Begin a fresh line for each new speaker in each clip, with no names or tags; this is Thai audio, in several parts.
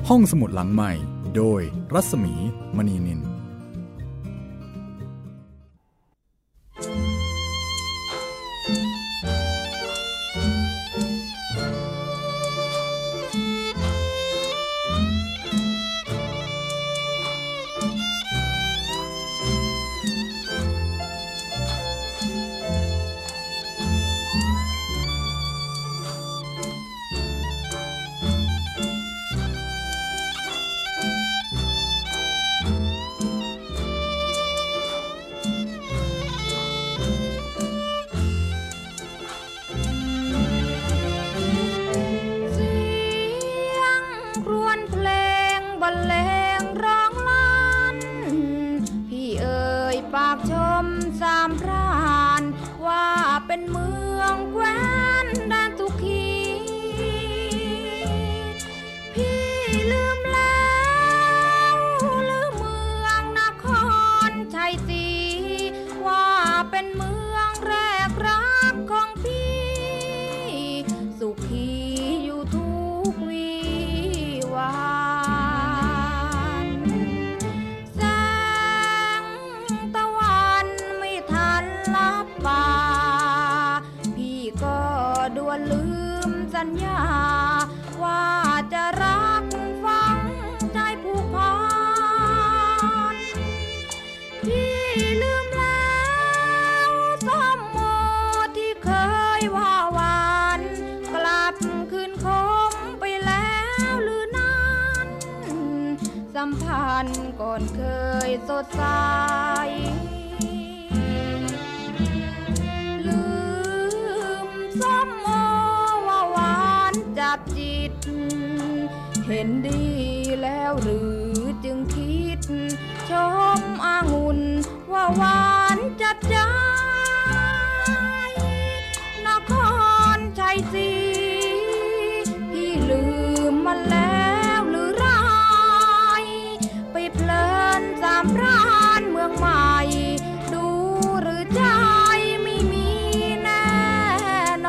ห้องสมุดหลังใหม่โดยรัศมีมณีนิน
ก่อนเคยสดใสลืมซ้ำโมว่าหวานจับจิตเห็นดีแล้วหรือจึงคิดชมองุ่นว่าหวานจับใจนครชัยศรีพี่ลืมมันแล้วหรือไรไปเพลินสามพรานเมืองใหม่ดูหรือใจไม่มีแน่น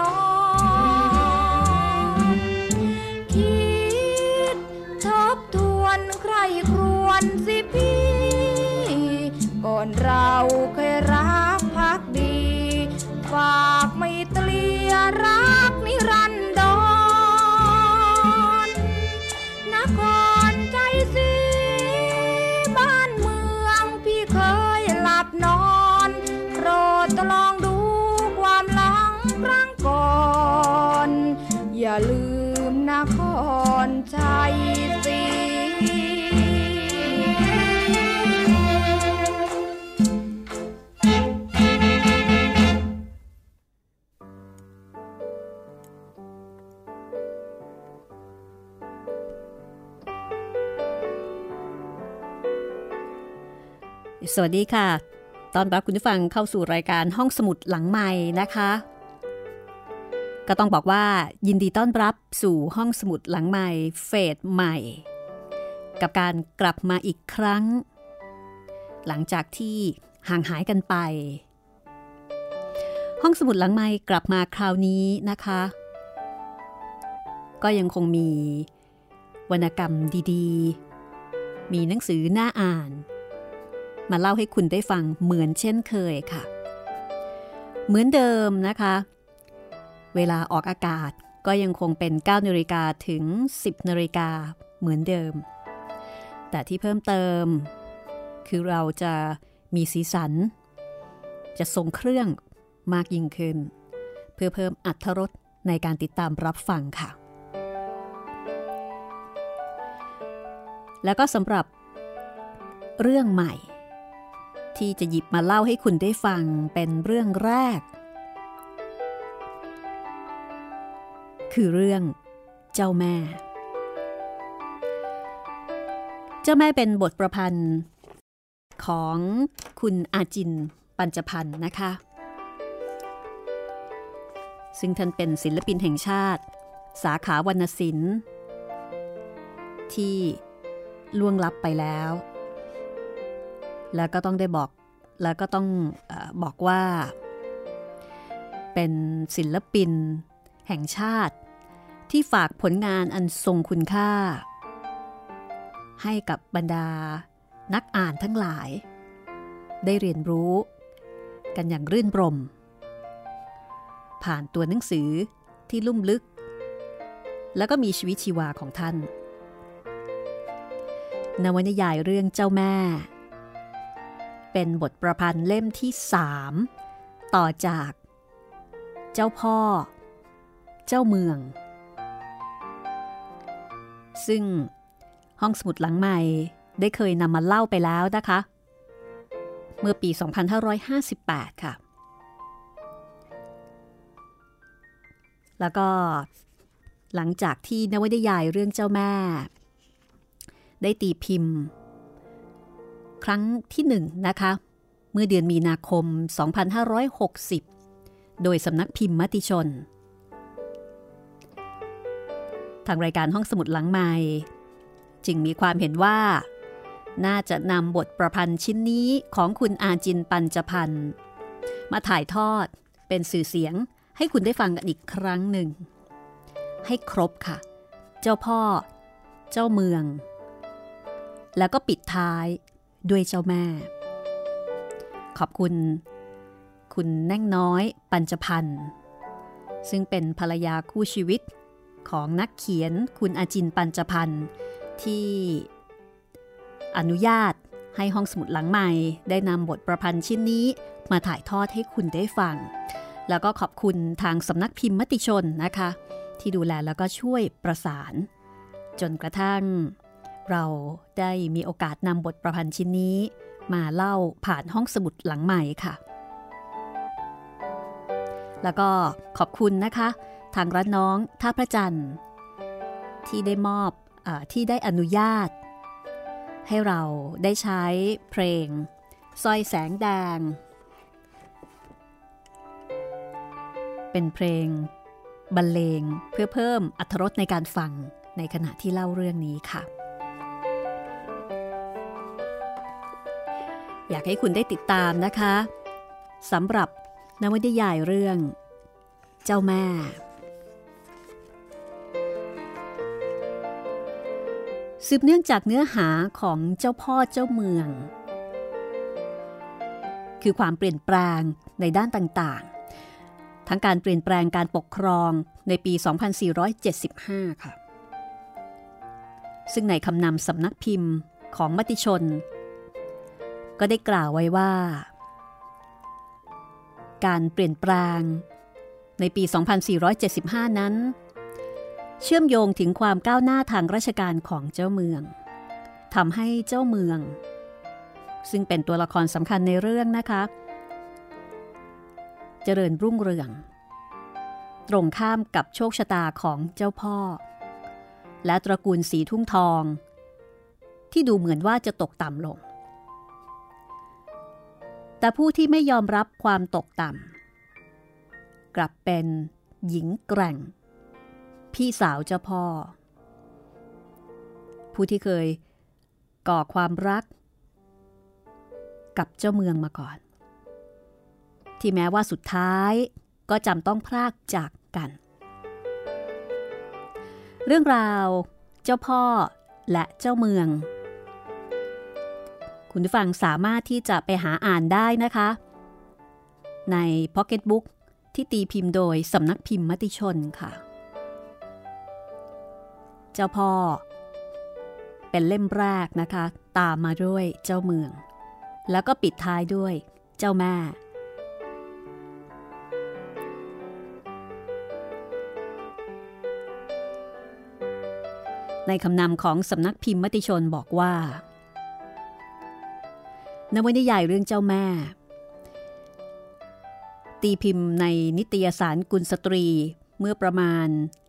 อนคิดทบทวนใครครวญสิพี่ก่อนเราเคยรักภักดีฝากไมตรีรักนิรันดรนครชัยศรีบ้านเมืองพี่เคยหลับนอนโปรดลองดูความหลังครั้งก่อนอย่าลืมนครชัยศรี
สวัสดีค่ะต้อนรับคุณผู้ฟังเข้าสู่รายการห้องสมุดหลังใหม่นะคะก็ต้องบอกว่ายินดีต้อนรับสู่ห้องสมุดหลังใหม่เฟสใหม่กับการกลับมาอีกครั้งหลังจากที่ห่างหายกันไปห้องสมุดหลังใหม่กลับมาคราวนี้นะคะก็ยังคงมีวรรณกรรมดีๆมีหนังสือน่าอ่านมาเล่าให้คุณได้ฟังเหมือนเช่นเคยค่ะเหมือนเดิมนะคะเวลาออกอากาศก็ยังคงเป็น 9:00 นถึง 10:00 นเหมือนเดิมแต่ที่เพิ่มเติมคือเราจะมีสีสันจะทรงเครื่องมากยิ่งขึ้นเพื่อเพิ่มอรรถรสในการติดตามรับฟังค่ะแล้วก็สำหรับเรื่องใหม่ที่จะหยิบมาเล่าให้คุณได้ฟังเป็นเรื่องแรกคือเรื่องเจ้าแม่เป็นบทประพันธ์ของคุณอาจินปัญจพันธ์นะคะซึ่งท่านเป็นศิลปินแห่งชาติสาขาวรรณศิลป์ที่ล่วงลับไปแล้วแล้วก็ต้องบอกว่าเป็นศิลปินแห่งชาติที่ฝากผลงานอันทรงคุณค่าให้กับบรรดานักอ่านทั้งหลายได้เรียนรู้กันอย่างรื่นรมผ่านตัวหนังสือที่ลุ่มลึกแล้วก็มีชีวิตชีวาของท่านนวนิยายเรื่องเจ้าแม่เป็นบทประพันธ์เล่มที่3ต่อจากเจ้าพ่อเจ้าเมืองซึ่งห้องสมุดหลังใหม่ได้เคยนำมาเล่าไปแล้วนะคะเมื่อปี 2558 ค่ะแล้วก็หลังจากที่นวนิยายเรื่องเจ้าแม่ได้ตีพิมพ์ครั้งที่1นะคะเมื่อเดือนมีนาคม 2560 โดยสำนักพิมพ์มติชนทางรายการห้องสมุดหลังใหม่จึงมีความเห็นว่าน่าจะนำบทประพันธ์ชิ้นนี้ของคุณอาจินปัญจพันธ์มาถ่ายทอดเป็นสื่อเสียงให้คุณได้ฟังกันอีกครั้งหนึ่งให้ครบค่ะเจ้าพ่อเจ้าเมืองแล้วก็ปิดท้ายด้วยเจ้าแม่ขอบคุณคุณแน่งน้อยปัญจพันธ์ซึ่งเป็นภรรยาคู่ชีวิตของนักเขียนคุณอาจินปัญจพันธ์ที่อนุญาตให้ห้องสมุดหลังใหม่ได้นำบทประพันธ์ชิ้นนี้มาถ่ายทอดให้คุณได้ฟังแล้วก็ขอบคุณทางสำนักพิมพ์มติชนนะคะที่ดูแลแล้วก็ช่วยประสานจนกระทั่งเราได้มีโอกาสนำบทประพันธ์ชิ้นนี้มาเล่าผ่านห้องสมุดหลังใหม่ค่ะแล้วก็ขอบคุณนะคะทางร้านน้องท่าพระจันทร์ที่ได้มอบที่ได้อนุญาตให้เราได้ใช้เพลงสร้อยแสงแดงเป็นเพลงบรรเลงเพื่อเพิ่มอรรถรสในการฟังในขณะที่เล่าเรื่องนี้ค่ะอยากให้คุณได้ติดตามนะคะสำหรับนวนิยายเรื่องเจ้าแม่สืบเนื่องจากเนื้อหาของเจ้าพ่อเจ้าเมืองคือความเปลี่ยนแปลงในด้านต่างๆทั้งการเปลี่ยนแปลงการปกครองในปี 2475 ค่ะซึ่งในคำนำสำนักพิมพ์ของมติชนก็ได้กล่าวไว้ว่าการเปลี่ยนแปลงในปี 2475 นั้นเชื่อมโยงถึงความก้าวหน้าทางราชการของเจ้าเมืองทำให้เจ้าเมืองซึ่งเป็นตัวละครสำคัญในเรื่องนะคะเจริญรุ่งเรืองตรงข้ามกับโชคชะตาของเจ้าพ่อและตระกูลสีทุ่งทองที่ดูเหมือนว่าจะตกต่ำลงแต่ผู้ที่ไม่ยอมรับความตกต่ำกลับเป็นหญิงแกร่งพี่สาวเจ้าพ่อผู้ที่เคยก่อความรักกับเจ้าเมืองมาก่อนที่แม้ว่าสุดท้ายก็จำต้องพรากจากกันเรื่องราวเจ้าพ่อและเจ้าเมืองคุณผู้ฟังสามารถที่จะไปหาอ่านได้นะคะใน Pocket Book ที่ตีพิมพ์โดยสำนักพิมพ์มติชนค่ะเจ้าพ่อเป็นเล่มแรกนะคะตามมาด้วยเจ้าเมืองแล้วก็ปิดท้ายด้วยเจ้าแม่ในคำนำของสำนักพิมพ์มติชนบอกว่านวนิยายเรื่องเจ้าแม่ตีพิมพ์ในนิตยสารกุลสตรีเมื่อประมาณ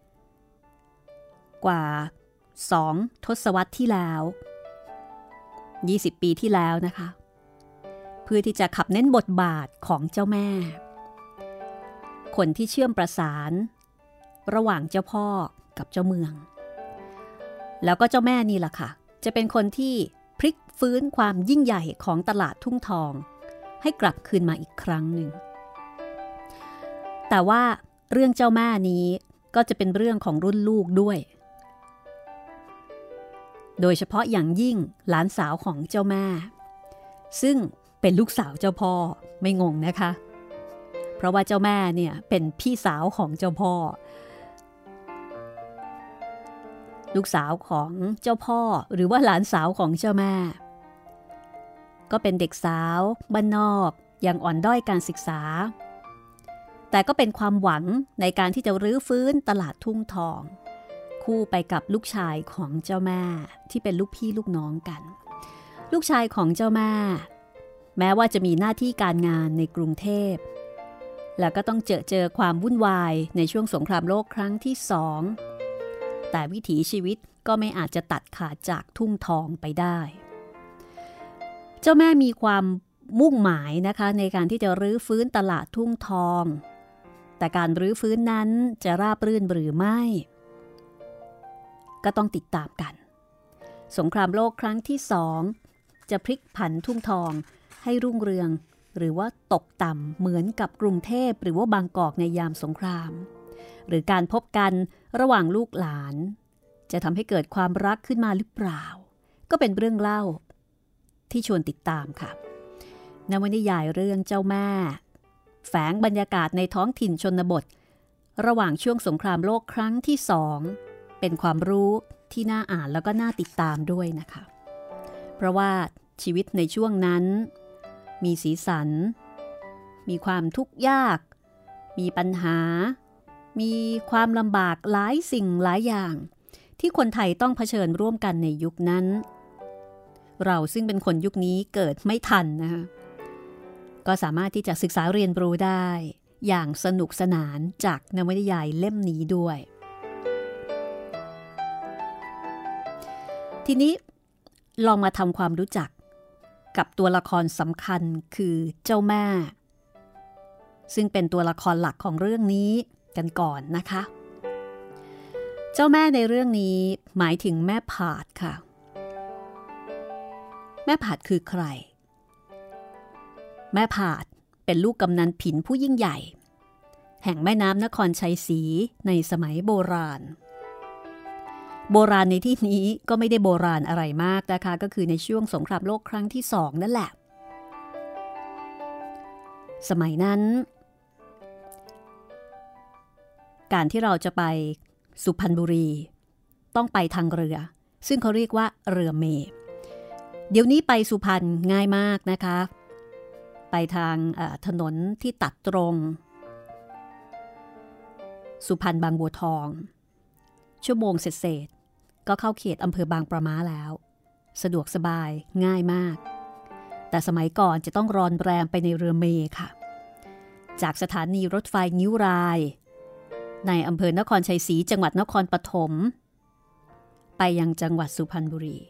กว่า2 ทศวรรษที่แล้ว20 ปีที่แล้วนะคะเพื่อที่จะขับเน้นบทบาทของเจ้าแม่คนที่เชื่อมประสานระหว่างเจ้าพ่อกับเจ้าเมืองแล้วก็เจ้าแม่นี่แหละค่ะจะเป็นคนที่พลิกฟื้นความยิ่งใหญ่ของตลาดทุ่งทองให้กลับคืนมาอีกครั้งหนึ่งแต่ว่าเรื่องเจ้าแม่นี้ก็จะเป็นเรื่องของรุ่นลูกด้วยโดยเฉพาะอย่างยิ่งหลานสาวของเจ้าแม่ซึ่งเป็นลูกสาวเจ้าพ่อไม่งงนะคะเพราะว่าเจ้าแม่เนี่ยเป็นพี่สาวของเจ้าพ่อลูกสาวของเจ้าพ่อหรือว่าหลานสาวของเจ้าแม่ก็เป็นเด็กสาวบ้านนอกยังอ่อนด้อยการศึกษาแต่ก็เป็นความหวังในการที่จะรื้อฟื้นตลาดทุ่งทองคู่ไปกับลูกชายของเจ้าแม่ที่เป็นลูกพี่ลูกน้องกันลูกชายของเจ้าแม่แม้ว่าจะมีหน้าที่การงานในกรุงเทพแล้วก็ต้องเจอความวุ่นวายในช่วงสงครามโลกครั้งที่2แต่วิถีชีวิตก็ไม่อาจจะตัดขาดจากทุ่งทองไปได้เจ้าแม่มีความมุ่งหมายนะคะในการที่จะรื้อฟื้นตลาดทุ่งทองแต่การรื้อฟื้นนั้นจะราบรื่นหรือไม่ก็ต้องติดตามกันสงครามโลกครั้งที่2จะพลิกผันทุ่งทองให้รุ่งเรืองหรือว่าตกต่ำเหมือนกับกรุงเทพหรือว่าบางกอกในยามสงครามหรือการพบกันระหว่างลูกหลานจะทำให้เกิดความรักขึ้นมาหรือเปล่าก็เป็นเรื่องเล่าที่ชวนติดตามค่ะนวนิยายเรื่องเจ้าแม่แฝงบรรยากาศในท้องถิ่นชนบทระหว่างช่วงสงครามโลกครั้งที่2เป็นความรู้ที่น่าอ่านแล้วก็น่าติดตามด้วยนะคะเพราะว่าชีวิตในช่วงนั้นมีสีสันมีความทุกข์ยากมีปัญหามีความลำบากหลายสิ่งหลายอย่างที่คนไทยต้องเผชิญร่วมกันในยุคนั้นเราซึ่งเป็นคนยุคนี้เกิดไม่ทันนะคะก็สามารถที่จะศึกษาเรียนรู้ได้อย่างสนุกสนานจากนวนิยายเล่มนี้ด้วยทีนี้ลองมาทำความรู้จักกับตัวละครสำคัญคือเจ้าแม่ซึ่งเป็นตัวละครหลักของเรื่องนี้กันก่อนนะคะเจ้าแม่ในเรื่องนี้หมายถึงแม่ผาดค่ะแม่ผาดคือใครแม่ผาดเป็นลูกกำนันผินผู้ยิ่งใหญ่แห่งแม่น้ำนครชัยศรีในสมัยโบราณในที่นี้ก็ไม่ได้โบราณอะไรมากนะคะก็คือในช่วงสงครามโลกครั้งที่2นั่นแหละสมัยนั้นการที่เราจะไปสุพรรณบุรีต้องไปทางเรือซึ่งเขาเรียกว่าเรือเมล์เดี๋ยวนี้ไปสุพรรณง่ายมากนะคะไปทางถนนที่ตัดตรงสุพรรณบางบัวทองชั่วโมงเศษก็เข้าเขตอำเภอบางปะม้าแล้วสะดวกสบายง่ายมากแต่สมัยก่อนจะต้องรอนแรมไปในเรือเมล์ค่ะจากสถานีรถไฟงิ้วรายในอำเภอนครชัยศรีจังหวัดนครปฐมไปยังจังหวัดสุพรรณบุรี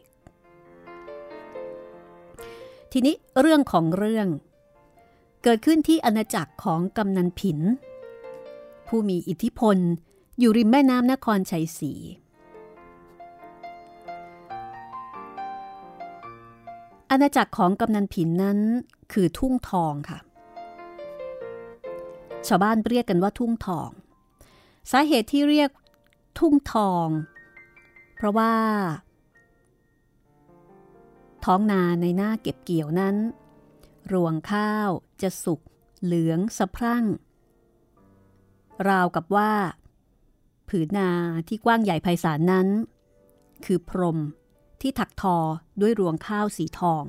ทีนี้เรื่องของเรื่องเกิดขึ้นที่อาณาจักรของกำนันผินผู้มีอิทธิพลอยู่ริมแม่น้ำนครชัยศรีอาณาจักรของกำนันผินนั้นคือทุ่งทองค่ะชาวบ้านเรียกกันว่าทุ่งทองสาเหตุที่เรียกทุ่งทองเพราะว่าท้องนาในหน้าเก็บเกี่ยวนั้นรวงข้าวจะสุกเหลืองสะพรั่งราวกับว่าผืนนาที่กว้างใหญ่ไพศาลนั้นคือพรมที่ถักทอด้วยรวงข้าวสีทอง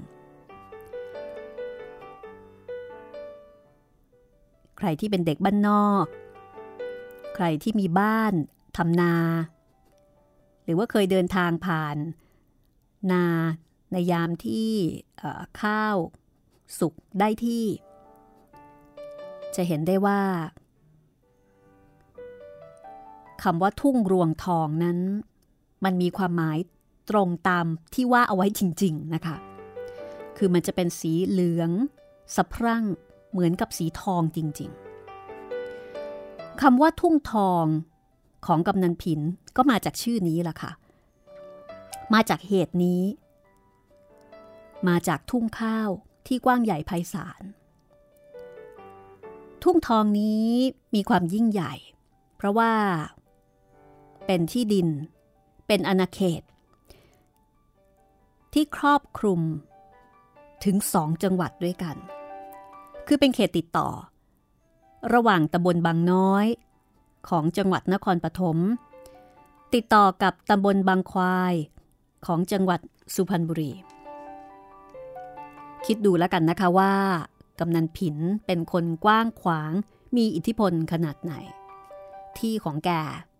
ใครที่เป็นเด็กบ้านนอกใครที่มีบ้านทำนาหรือว่าเคยเดินทางผ่านนาในยามที่ข้าวสุกได้ที่จะเห็นได้ว่าคำว่าทุ่งรวงทองนั้นมันมีความหมายตรงตามที่ว่าเอาไว้จริงๆนะคะคือมันจะเป็นสีเหลืองสะพรั่งเหมือนกับสีทองจริงๆคำว่าทุ่งทองของกำนันผินก็มาจากชื่อนี้ล่ะค่ะมาจากเหตุนี้มาจากทุ่งข้าวที่กว้างใหญ่ไพศาลทุ่งทองนี้มีความยิ่งใหญ่เพราะว่าเป็นที่ดินเป็นอาณาเขตที่ครอบคลุมถึง2 จังหวัดด้วยกันคือเป็นเขตติดต่อระหว่างตำบลบางน้อยของจังหวัดนครปฐมติดต่อกับตำบลบางควายของจังหวัดสุพรรณบุรีคิดดูแล้วกันนะคะว่ากำนันผินเป็นคนกว้างขวางมีอิทธิพลขนาดไหนที่ของแก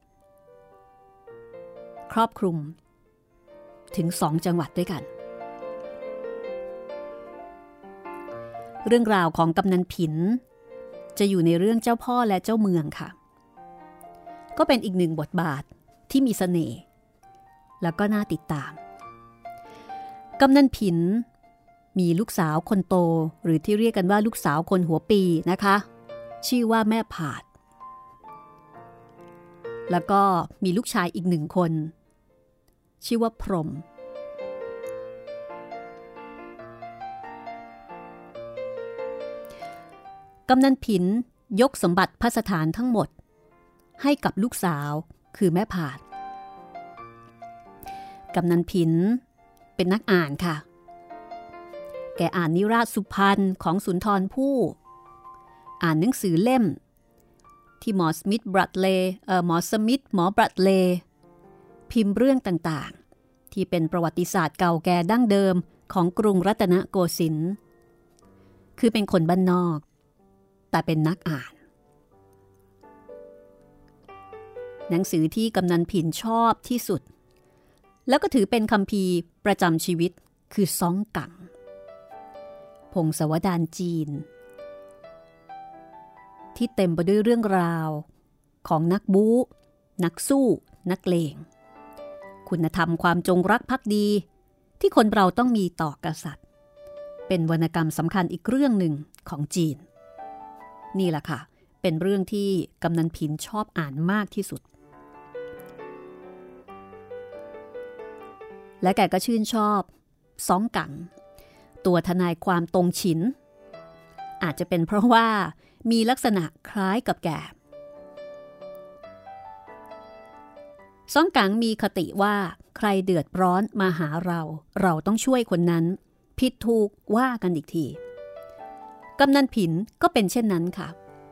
ครอบคลุมถึง2 จังหวัดด้วยกันเรื่องราวของกำนันผินจะอยู่ในเรื่องเจ้าพ่อและเจ้าเมืองค่ะก็เป็นอีกหนึ่งบทบาทที่มีเสน่ห์แล้วก็น่าติดตามกำนันผินมีลูกสาวคนโตหรือที่เรียกกันว่าลูกสาวคนหัวปีนะคะชื่อว่าแม่ผาดแล้วก็มีลูกชายอีก1 คนชื่อว่าพรหมกำนันผินยกสมบัติพัสถานทั้งหมดให้กับลูกสาวคือแม่ผาดกำนันผินเป็นนักอ่านค่ะแกอ่านนิราศสุพรรณของสุนทรภู่อ่านหนังสือเล่มที่หมอสมิธบรัตเลย์หมอบรัตเลย์พิมพ์เรื่องต่างๆที่เป็นประวัติศาสตร์เก่าแก่ดั้งเดิมของกรุงรัตนโกสินทร์คือเป็นคนบ้านนอกแต่เป็นนักอ่านหนังสือที่กำนันผินชอบที่สุดแล้วก็ถือเป็นคัมภีร์ประจำชีวิตคือซ้องกังพงศาวดารจีนที่เต็มไปด้วยเรื่องราวของนักบู๊นักสู้นักเลงคุณธรรมความจงรักภักดีที่คนเราต้องมีต่อกษัตริย์เป็นวรรณกรรมสำคัญอีกเรื่องหนึ่งของจีนนี่แหละค่ะเป็นเรื่องที่กำนันผินชอบอ่านมากที่สุดและแกก็ชื่นชอบซ้องกังตัวทนายความตรงฉินอาจจะเป็นเพราะว่ามีลักษณะคล้ายกับแกซ้องกังมีคติว่าใครเดือดร้อนมาหาเราต้องช่วยคนนั้นผิดถูกว่ากันอีกทีกำนันผินก็เป็นเช่นนั้นค่ะ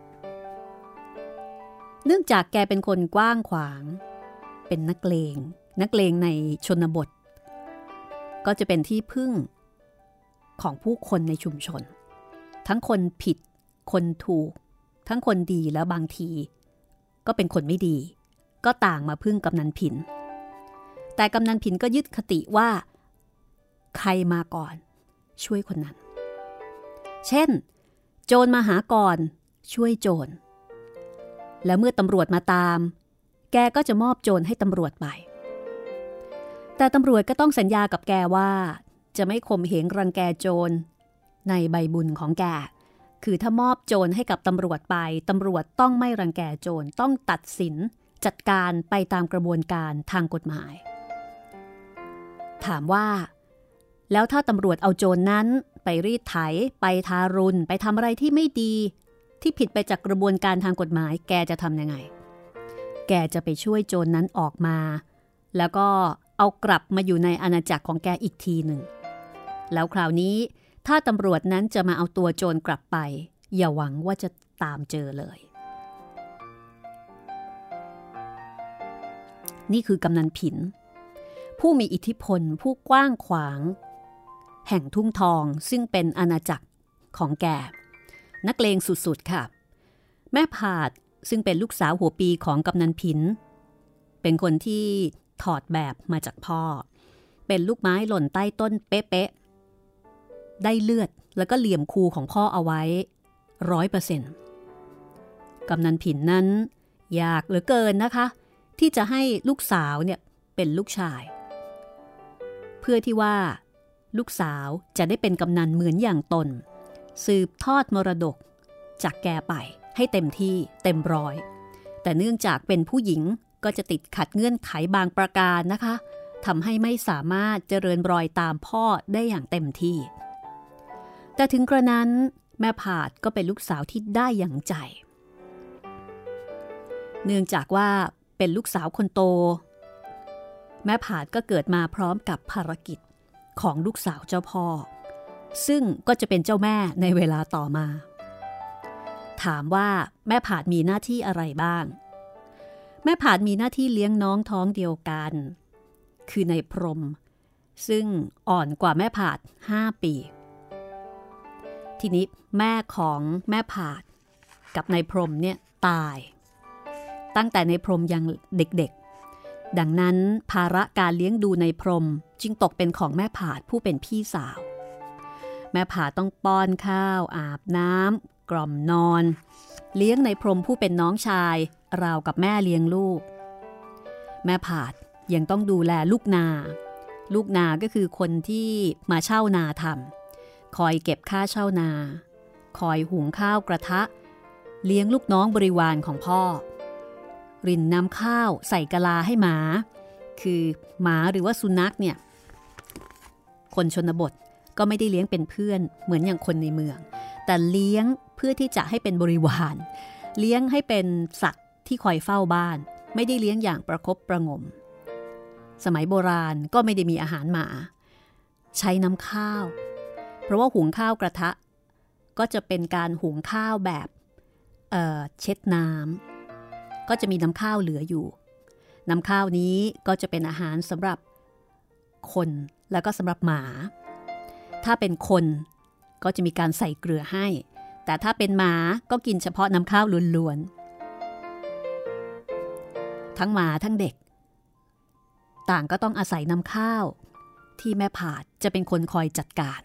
เนื่องจากแกเป็นคนกว้างขวางเป็นนักเลงในชนบทก็จะเป็นที่พึ่งของผู้คนในชุมชนทั้งคนผิดคนถูกทั้งคนดีแล้วบางทีก็เป็นคนไม่ดีก็ต่างมาพึ่งกำนันผินแต่กำนันผินก็ยึดคติว่าใครมาก่อนช่วยคนนั้นเช่นโจรมาหาก่อนช่วยโจรแล้วเมื่อตำรวจมาตามแกก็จะมอบโจรให้ตำรวจไปแต่ตำรวจก็ต้องสัญญากับแกว่าจะไม่ข่มเหงรังแกโจรในใบบุญของแกคือถ้ามอบโจรให้กับตำรวจไปตำรวจต้องไม่รังแกโจรต้องตัดสินจัดการไปตามกระบวนการทางกฎหมายถามว่าแล้วถ้าตำรวจเอาโจรนั้นไปรีดไถไปทารุณไปทำอะไรที่ไม่ดีที่ผิดไปจากกระบวนการทางกฎหมายแกจะทำยังไงแกจะไปช่วยโจรนั้นออกมาแล้วก็เอากลับมาอยู่ในอาณาจักรของแกอีกทีหนึ่งแล้วคราวนี้ถ้าตำรวจนั้นจะมาเอาตัวโจรกลับไปอย่าหวังว่าจะตามเจอเลยนี่คือกำนันผินผู้มีอิทธิพลผู้กว้างขวางแห่งทุ่งทองซึ่งเป็นอาณาจักรของแกนักเลงสุดๆค่ะแม่ผาดซึ่งเป็นลูกสาวหัวปีของกำนันผินเป็นคนที่ถอดแบบมาจากพ่อเป็นลูกไม้หล่นใต้ต้นเป๊ะๆได้เลือดแล้วก็เหลี่ยมคูของพ่อเอาไว้ 100% กำนันผินนั้นอยากเหลือเกินนะคะที่จะให้ลูกสาวเนี่ยเป็นลูกชายเพื่อที่ว่าลูกสาวจะได้เป็นกำนันเหมือนอย่างตนสืบทอดมรดกจากแกไปให้เต็มที่เต็มร้อยแต่เนื่องจากเป็นผู้หญิงก็จะติดขัดเงื่อนไขบางประการนะคะทำให้ไม่สามารถเจริญรอยตามพ่อได้อย่างเต็มที่แต่ถึงกระนั้นแม่ผาดก็เป็นลูกสาวที่ได้อย่างใจเนื่องจากว่าเป็นลูกสาวคนโตแม่ผาดก็เกิดมาพร้อมกับภารกิจของลูกสาวเจ้าพ่อซึ่งก็จะเป็นเจ้าแม่ในเวลาต่อมาถามว่าแม่ผาดมีหน้าที่อะไรบ้างแม่ผาดมีหน้าที่เลี้ยงน้องท้องเดียวกันคือในพรหมซึ่งอ่อนกว่าแม่ผาด5 ปีทีนี้แม่ของแม่ผาดกับนายพรหมเนี่ยตายตั้งแต่นายพรหมยังเด็กๆดังนั้นภาระการเลี้ยงดูนายพรหมจึงตกเป็นของแม่ผาดผู้เป็นพี่สาวแม่ผาดต้องป้อนข้าวอาบน้ำกล่อมนอนเลี้ยงนายพรหมผู้เป็นน้องชายราวกับแม่เลี้ยงลูกแม่ผาดยังต้องดูแลลูกนาก็คือคนที่มาเช่านาทำคอยเก็บค่าเช่านาคอยหุงข้าวกระทะเลี้ยงลูกน้องบริวารของพ่อรินน้ำข้าวใส่กะลาให้หมาคือหมาหรือว่าสุนัขเนี่ยคนชนบทก็ไม่ได้เลี้ยงเป็นเพื่อนเหมือนอย่างคนในเมืองแต่เลี้ยงเพื่อที่จะให้เป็นบริวารเลี้ยงให้เป็นสัตว์ที่คอยเฝ้าบ้านไม่ได้เลี้ยงอย่างประคบประหงมสมัยโบราณก็ไม่ได้มีอาหารหมาใช้น้ำข้าวเพราะว่าหุงข้าวกระทะก็จะเป็นการหุงข้าวแบบเช็ดน้ำก็จะมีน้ำข้าวเหลืออยู่น้ำข้าวนี้ก็จะเป็นอาหารสำหรับคนแล้วก็สำหรับหมาถ้าเป็นคนก็จะมีการใส่เกลือให้แต่ถ้าเป็นหมาก็กินเฉพาะน้ำข้าวล้วนๆทั้งหมาทั้งเด็กต่างก็ต้องอาศัยน้ำข้าวที่แม่ผาดจะเป็นคนคอยจัดการ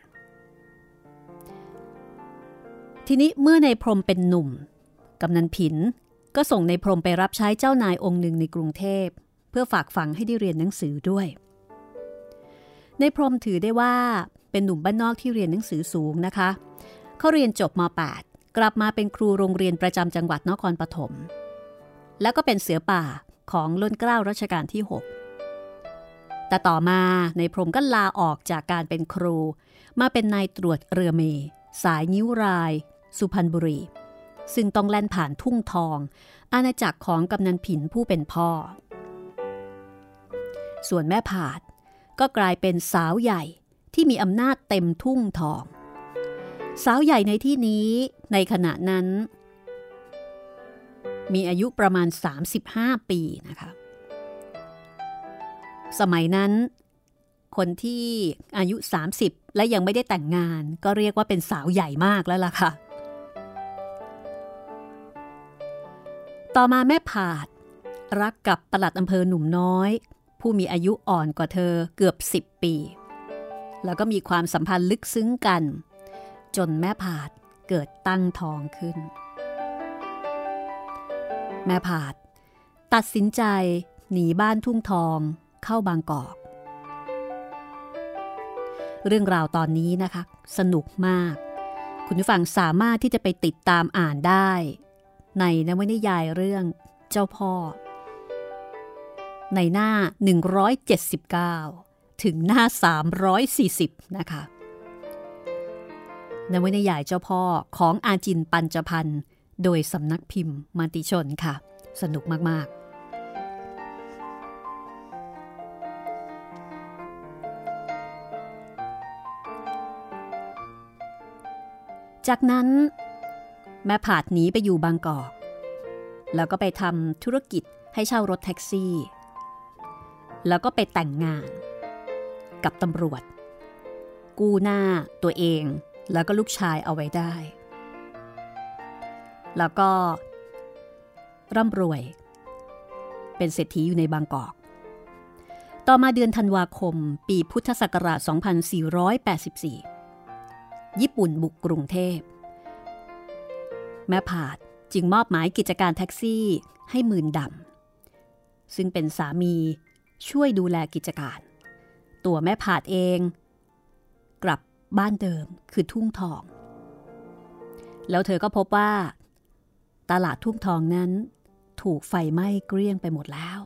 ทีนี้เมื่อในพรหมเป็นหนุ่มกำนันผินก็ส่งในพรหมไปรับใช้เจ้านายองค์หนึ่งในกรุงเทพเพื่อฝากฝังให้ได้เรียนหนังสือด้วยในพรหมถือได้ว่าเป็นหนุ่มบ้านนอกที่เรียนหนังสือสูงนะคะเขาเรียนจบม.8 กลับมาเป็นครูโรงเรียนประจำจังหวัดนครปฐมแล้วก็เป็นเสือป่าของล้นเกล้ารัชกาลที่ 6แต่ต่อมาในพรหมก็ลาออกจากการเป็นครูมาเป็นนายตรวจเรือเมล์สายนิ้วรายสุพรรณบุรีซึ่งต้องแล่นผ่านทุ่งทองอาณาจักรของกำนันผินผู้เป็นพ่อส่วนแม่ผาดก็กลายเป็นสาวใหญ่ที่มีอำนาจเต็มทุ่งทองสาวใหญ่ในที่นี้ในขณะนั้นมีอายุประมาณ35 ปีนะคะสมัยนั้นคนที่อายุ30และยังไม่ได้แต่งงานก็เรียกว่าเป็นสาวใหญ่มากแล้วล่ะค่ะต่อมาแม่ผาดรักกับปลัดอำเภอหนุ่มน้อยผู้มีอายุอ่อนกว่าเธอเกือบ10 ปีแล้วก็มีความสัมพันธ์ลึกซึ้งกันจนแม่ผาดเกิดตั้งท้องขึ้นแม่ผาดตัดสินใจหนีบ้านทุ่งทองเข้าบางกอกเรื่องราวตอนนี้นะคะสนุกมากคุณผู้ฟังสามารถที่จะไปติดตามอ่านได้ในนวนิยายเรื่องเจ้าพ่อในหน้า179ถึงหน้า340นะคะนวนิยายเจ้าพ่อของอาจินปัญจพันธ์โดยสำนักพิมพ์มติชนค่ะสนุกมากๆจากนั้นแม่ผาดหนีไปอยู่บางกอกแล้วก็ไปทำธุรกิจให้เช่ารถแท็กซี่แล้วก็ไปแต่งงานกับตำรวจกู้หน้าตัวเองแล้วก็ลูกชายเอาไว้ได้แล้วก็ร่ำรวยเป็นเศรษฐีอยู่ในบางกอกต่อมาเดือนธันวาคมปีพุทธศักราช 2484 ญี่ปุ่นบุกกรุงเทพแม่ผาดจึงมอบหมายกิจการแท็กซี่ให้หมื่นดำซึ่งเป็นสามีช่วยดูแลกิจการตัวแม่ผาดเองกลับบ้านเดิมคือทุ่งทองแล้วเธอก็พบว่าตลาดทุ่งทองนั้นถูกไฟไหม้เกลี้ยงไปหมดแล้ว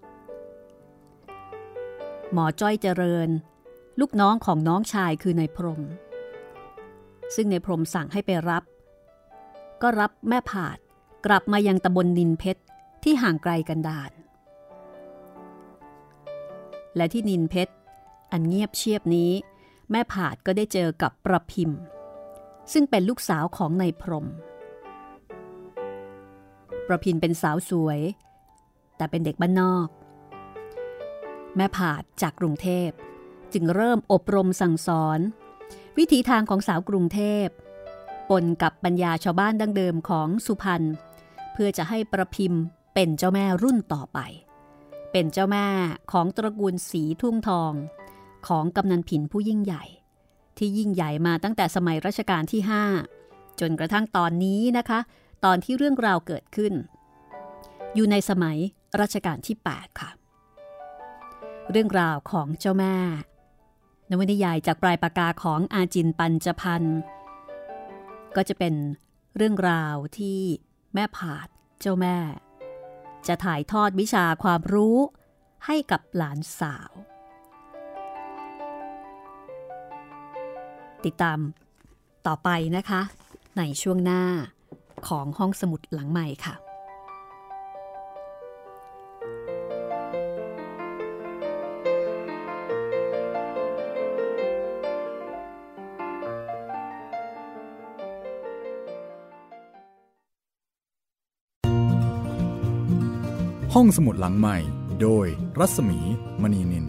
หมอจ้อยเจริญลูกน้องของน้องชายคือนายพรหมซึ่งนายพรหมสั่งให้ไปรับก็รับแม่ผาดกลับมายังตำบลนินเพชรที่ห่างไกลกันดารและที่นินเพชรอันเงียบเชียบนี้แม่ผาดก็ได้เจอกับประพิมพ์ซึ่งเป็นลูกสาวของนายพรหมประพิมพ์เป็นสาวสวยแต่เป็นเด็กบ้านนอกแม่ผาดจากกรุงเทพจึงเริ่มอบรมสั่งสอนวิถีทางของสาวกรุงเทพปนกับปัญญาชาวบ้านดั้งเดิมของสุพรรณเพื่อจะให้ประพิมพ์เป็นเจ้าแม่รุ่นต่อไปเป็นเจ้าแม่ของตระกูลศรีทุ่งทองของกำนันผินผู้ยิ่งใหญ่ที่ยิ่งใหญ่มาตั้งแต่สมัยรัชกาลที่5จนกระทั่งตอนนี้นะคะตอนที่เรื่องราวเกิดขึ้นอยู่ในสมัยรัชกาลที่8ค่ะเรื่องราวของเจ้าแม่นวนิยายจากปลายปากกาของอาจินปัญจพันธ์ก็จะเป็นเรื่องราวที่แม่ผาดเจ้าแม่จะถ่ายทอดวิชาความรู้ให้กับหลานสาวติดตามต่อไปนะคะในช่วงหน้าของห้องสมุดหลังใหม่ค่ะ
ห้องสมุดหลังใหม่โดยรัศมีมณีนิน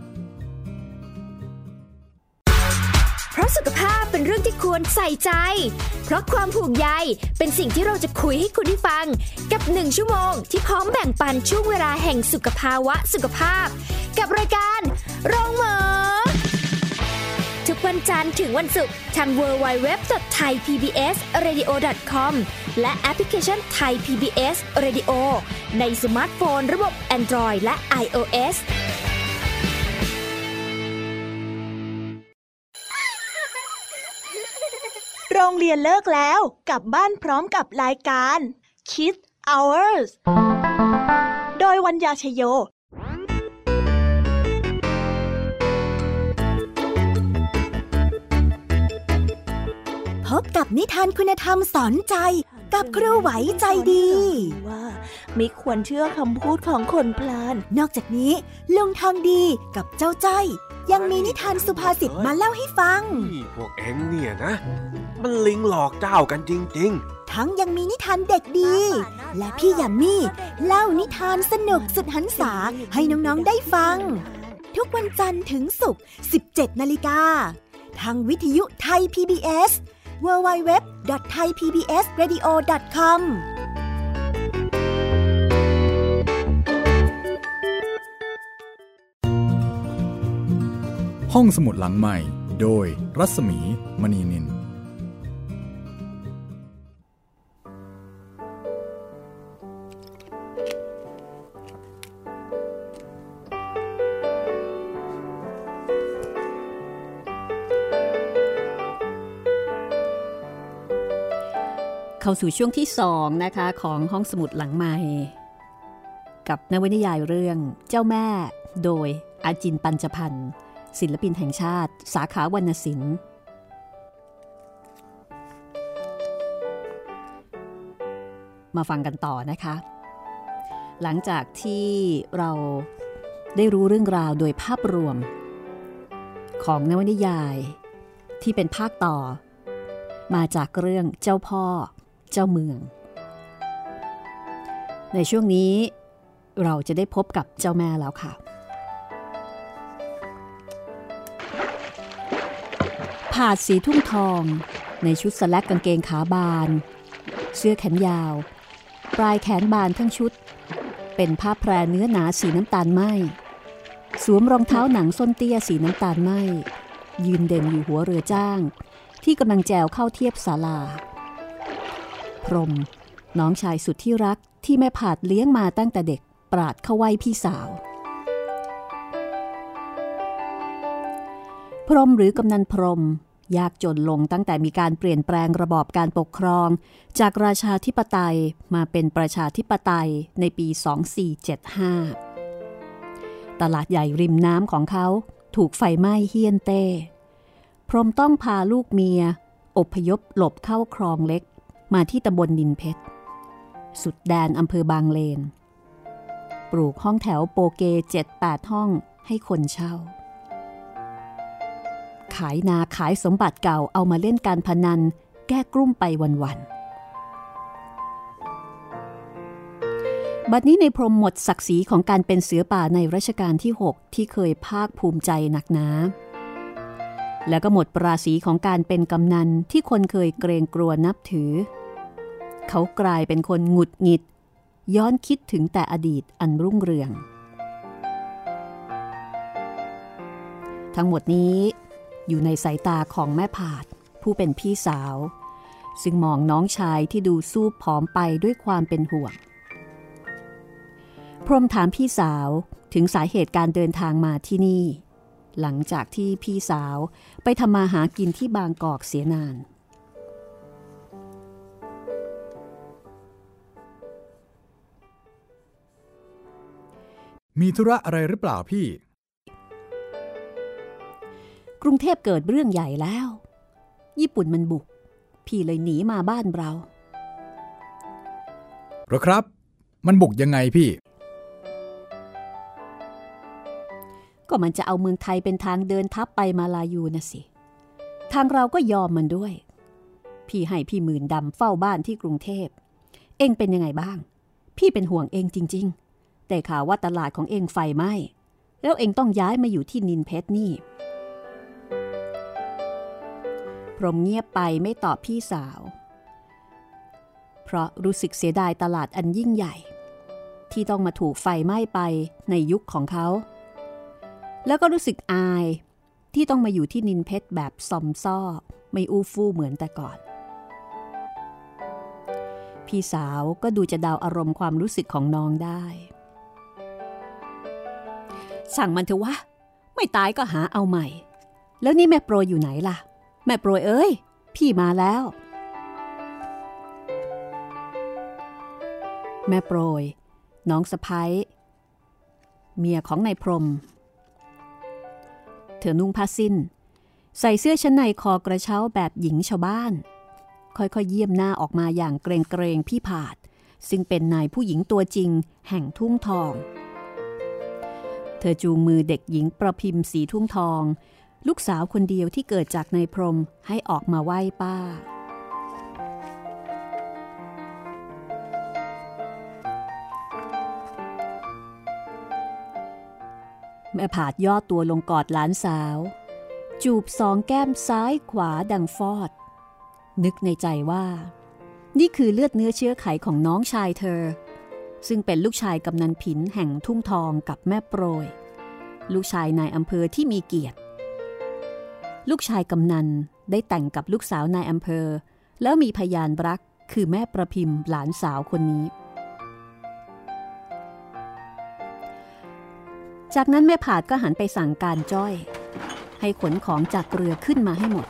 เพราะสุขภาพเป็นเรื่องที่ควรใส่ใจเพราะความห่วงใยเป็นสิ่งที่เราจะคุยให้คุณได้ฟังกับ1ชั่วโมงที่พร้อมแบ่งปันช่วงเวลาแห่งสุขภาวะสุขภาพกับรายการโรงหมอทุกวันจันทร์ถึงวันศุกร์ทาง www.thaipbsradio.com และแอปพลิเคชัน Thai PBS Radio ในสมาร์ทโฟนระบบ Android และ iOS
โรงเรียนเลิกแล้วกลับบ้านพร้อมกับรายการ Kids Hours โดยวัญญาชโย
พบกับนิทานคุณธรรมสอนใจกับครูไหวใจดี
ว่าไม่ควรเชื่อคำพูดของคนพลาน
นอกจากนี้ลุงทองดีกับเจ้าจ้อยยังมีนิทานสุภาษิตมาเล่าให้ฟัง
นี่พวกเอ็งเนี่ยนะมันลิงหลอกเจ้ากันจริง
ๆทั้งยังมีนิทานเด็กดีและพี่ยามีเล่านิทานสนุกสุดหรรษาให้น้องๆได้ฟังทุกวันจันทร์ถึงศุกร์ 17:00 น.ทางวิทยุไทย PBS www.thaipbsradio.com
ห้องสมุดหลังใหม่โดยรัศมีมณีนิน
เข้าสู่ช่วงที่2นะคะของห้องสมุดหลังใหม่กับนวนิยายเรื่องเจ้าแม่โดยอาจินปัญจพันธ์ศิลปินแห่งชาติสาขาวรรณศิลป์มาฟังกันต่อนะคะหลังจากที่เราได้รู้เรื่องราวโดยภาพรวมของนวนิยายที่เป็นภาคต่อมาจากเรื่องเจ้าพ่อเจ้าเมืองในช่วงนี้เราจะได้พบกับเจ้าแม่แล้วค่ะผาดสีทุ่งทองในชุดสแลกกางเกงขาบานเสื้อแขนยาวปลายแขนบานทั้งชุดเป็นผ้าแพรเนื้อหนาสีน้ำตาลไหมสวมรองเท้าหนังส้นเตี้ยสีน้ำตาลไหมยืนเด่นอยู่หัวเรือจ้างที่กำลังแจวเข้าเทียบศาลาพรหมน้องชายสุดที่รักที่แม่ผาดเลี้ยงมาตั้งแต่เด็กปราดเข้าไหว้พี่สาวพรหมหรือกำนันพรหมยากจนลงตั้งแต่มีการเปลี่ยนแปลงระบอบการปกครองจากราชาธิปไตยมาเป็นประชาธิปไตยในปี 2475 ตลาดใหญ่ริมน้ำของเขาถูกไฟไหม้เฮี้ยนเต้พรหมต้องพาลูกเมียอพยพหลบเข้าคลองเล็กมาที่ตำบลนินเพชรสุดแดนอำเภอบางเลนปลูกห้องแถวโปเก 7-8 ห้องให้คนเช่าขายนาขายสมบัติเก่าเอามาเล่นการพนันแก้กลุ้มไปวันๆบัดนี้ในพรหมหมดศักดิ์ศรีของการเป็นเสือป่าในรัชกาลที่ 6ที่เคยภาคภูมิใจหนักหนาแล้วก็หมดปราศีของการเป็นกำนันที่คนเคยเกรงกลัวนับถือเขากลายเป็นคนหงุดหงิดย้อนคิดถึงแต่อดีตอันรุ่งเรืองทั้งหมดนี้อยู่ในสายตาของแม่ผาดผู้เป็นพี่สาวซึ่งมองน้องชายที่ดูซูบผอมไปด้วยความเป็นห่วงพรหมถามพี่สาวถึงสาเหตุการเดินทางมาที่นี่หลังจากที่พี่สาวไปทำมาหากินที่บางกอกเสียนาน
มีธุระอะไรหรือเปล่าพี่
กรุงเทพเกิดเรื่องใหญ่แล้วญี่ปุ่นมันบุกพี่เลยหนีมาบ้านเรา
หรอครับมันบุกยังไงพี่
ก็มันจะเอาเมืองไทยเป็นทางเดินทัพไปมาลายูนะสิทางเราก็ยอมมันด้วยพี่ให้พี่หมื่นดำเฝ้าบ้านที่กรุงเทพเองเป็นยังไงบ้างพี่เป็นห่วงเองจริงๆแต่ข่าวว่าตลาดของเองไฟไหม้แล้วเองต้องย้ายมาอยู่ที่นินเพชรนี่พรหมเงียบไปไม่ตอบพี่สาวเพราะรู้สึกเสียดายตลาดอันยิ่งใหญ่ที่ต้องมาถูกไฟไหม้ไปในยุคของเขาแล้วก็รู้สึกอายที่ต้องมาอยู่ที่นินเพชรแบบซอมซ่อไม่อู้ฟู่เหมือนแต่ก่อนพี่สาวก็ดูจะเดาอารมณ์ความรู้สึกของน้องได้สั่งมันเถอะวะไม่ตายก็หาเอาใหม่แล้วนี่แม่โปรยอยู่ไหนล่ะแม่โปรยเอ้ยพี่มาแล้วแม่โปรยน้องสะใภ้เมียของนายพรหมเธอนุ่งผ้าสิ้นใส่เสื้อชั้นในคอกระเช้าแบบหญิงชาวบ้านค่อยๆเยี่ยมหน้าออกมาอย่างเกรงๆพี่ผาดซึ่งเป็นนายผู้หญิงตัวจริงแห่งทุ่งทองเธอจูงมือเด็กหญิงประพิมพ์สีทุ่งทองลูกสาวคนเดียวที่เกิดจากนายพรหมให้ออกมาไหว้ป้าแม่ผาดย่อตัวลงกอดหลานสาวจูบสองแก้มซ้ายขวาดังฟอดนึกในใจว่านี่คือเลือดเนื้อเชื้อไขของน้องชายเธอซึ่งเป็นลูกชายกำนันผินแห่งทุ่งทองกับแม่โปรยลูกชายนายอำเภอที่มีเกียรติลูกชายกำนันได้แต่งกับลูกสาวนายอำเภอแล้วมีพยานรักคือแม่ประพิมพ์หลานสาวคนนี้จากนั้นแม่ผาดก็หันไปสั่งการจ้อยให้ขนของจากเรือขึ้นมาให้หมด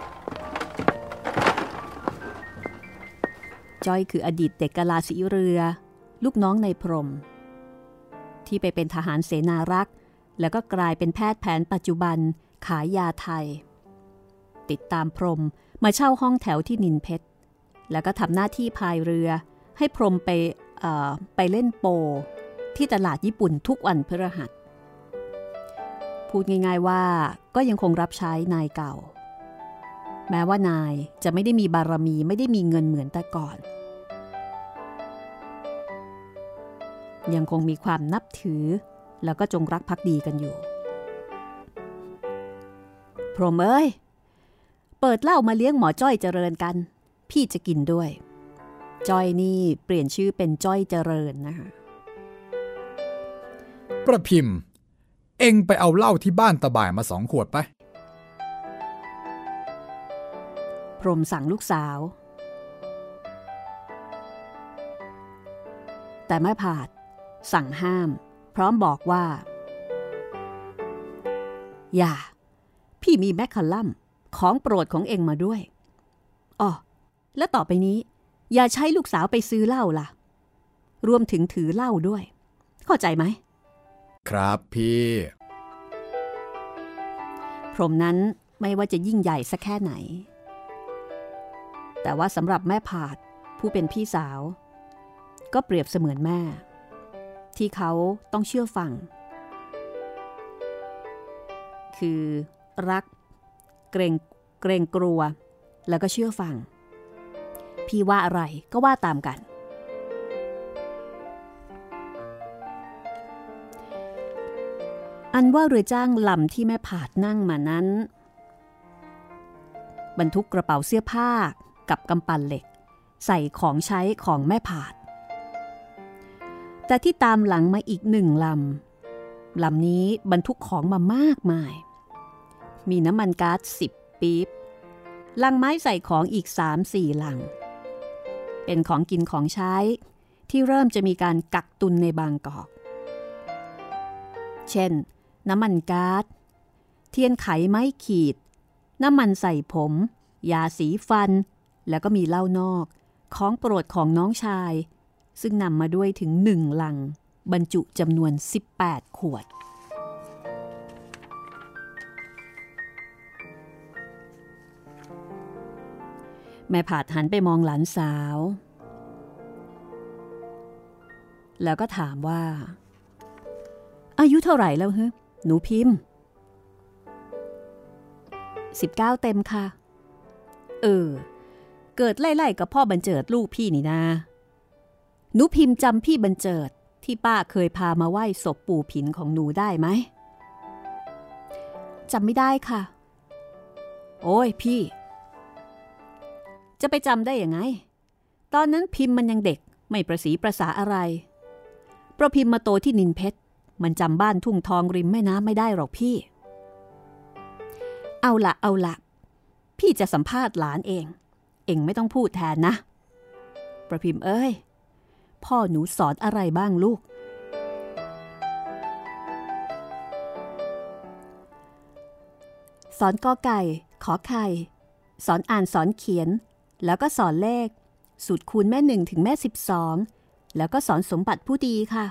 จ้อยคืออดีตเด็กกะลาสีเรือลูกน้องในพรหมที่ไปเป็นทหารเสนารักษ์แล้วก็กลายเป็นแพทย์แผนปัจจุบันขายยาไทยติดตามพรหมมาเช่าห้องแถวที่นินเพชรแล้วก็ทำหน้าที่พายเรือให้พรหมไปเล่นโปที่ตลาดญี่ปุ่นทุกวันพฤหัสพูดง่ายๆว่าก็ยังคงรับใช้นายเก่าแม้ว่านายจะไม่ได้มีบารมีไม่ได้มีเงินเหมือนแต่ก่อนยังคงมีความนับถือแล้วก็จงรักภักดีกันอยู่พรหมเอ้ยเปิดเหล้ามาเลี้ยงหมอจ้อยเจริญกันพี่จะกินด้วยจ้อยนี่เปลี่ยนชื่อเป็นจ้อยเจริญนะคะ
ประพิมพ์เอ็งไปเอาเหล้าที่บ้านตาบ่ายมา2 ขวดไป
พรหมสั่งลูกสาวแต่แม่ผาดสั่งห้ามพร้อมบอกว่าอย่าพี่มีแมคคาลัมของโปรดของเอ็งมาด้วยอ้อแล้วต่อไปนี้อย่าใช้ลูกสาวไปซื้อเหล้าล่ะรวมถึงถือเหล้าด้วยเข้าใจไหม
ครับพี่
พรหมนั้นไม่ว่าจะยิ่งใหญ่สักแค่ไหนแต่ว่าสำหรับแม่ผาดผู้เป็นพี่สาวก็เปรียบเสมือนแม่ที่เขาต้องเชื่อฟังคือรักเกรงกลัวแล้วก็เชื่อฟังพี่ว่าอะไรก็ว่าตามกันอันว่าเรือจ้างลำที่แม่ผาดนั่งมานั้นบรรทุกกระเป๋าเสื้อผ้ากับกำปั้นเหล็กใส่ของใช้ของแม่ผาดแต่ที่ตามหลังมาอีก1 ลำนี้บรรทุกของมามากมายมีน้ำมันก๊าซ10 ปี๊บลังไม้ใส่ของอีก 3-4 ลังเป็นของกินของใช้ที่เริ่มจะมีการกักตุนในบางกอกเช่นน้ำมันก๊าซเทียนไขไม้ขีดน้ำมันใส่ผมยาสีฟันแล้วก็มีเหล้านอกของโปรดของน้องชายซึ่งนำมาด้วยถึง1 ลังบรรจุจำนวน18 ขวดแม่ผาดหันไปมองหลานสาวแล้วก็ถามว่าอายุเท่าไหร่แล้วฮะหนูพิมพ์19เต็มค่ะเกิดไล่ๆกับพ่อบรรเจิดลูกพี่นี่นาหนูพิมพ์จำพี่บรรเจิดที่ป้าเคยพามาไหว้ศพปู่ผินของหนูได้ไหมจำไม่ได้ค่ะโอ้ยพี่จะไปจำได้ยังไงตอนนั้นพิมพ์มันยังเด็กไม่ประสีประสาอะไรเพราะพิมพ์มาโตที่นินเพชรมันจำบ้านทุ่งทองริมแม่น้ำไม่ได้หรอกพี่เอาละพี่จะสัมภาษณ์หลานเองไม่ต้องพูดแทนนะประพิมพ์เอ้ยพ่อหนูสอนอะไรบ้างลูกสอนกอไก่ขอไข่สอนอ่านสอนเขียนแล้วก็สอนเลขสูตรคูณแม่1ถึงแม่12แล้วก็สอนสมบัติผู้ดีค่ะ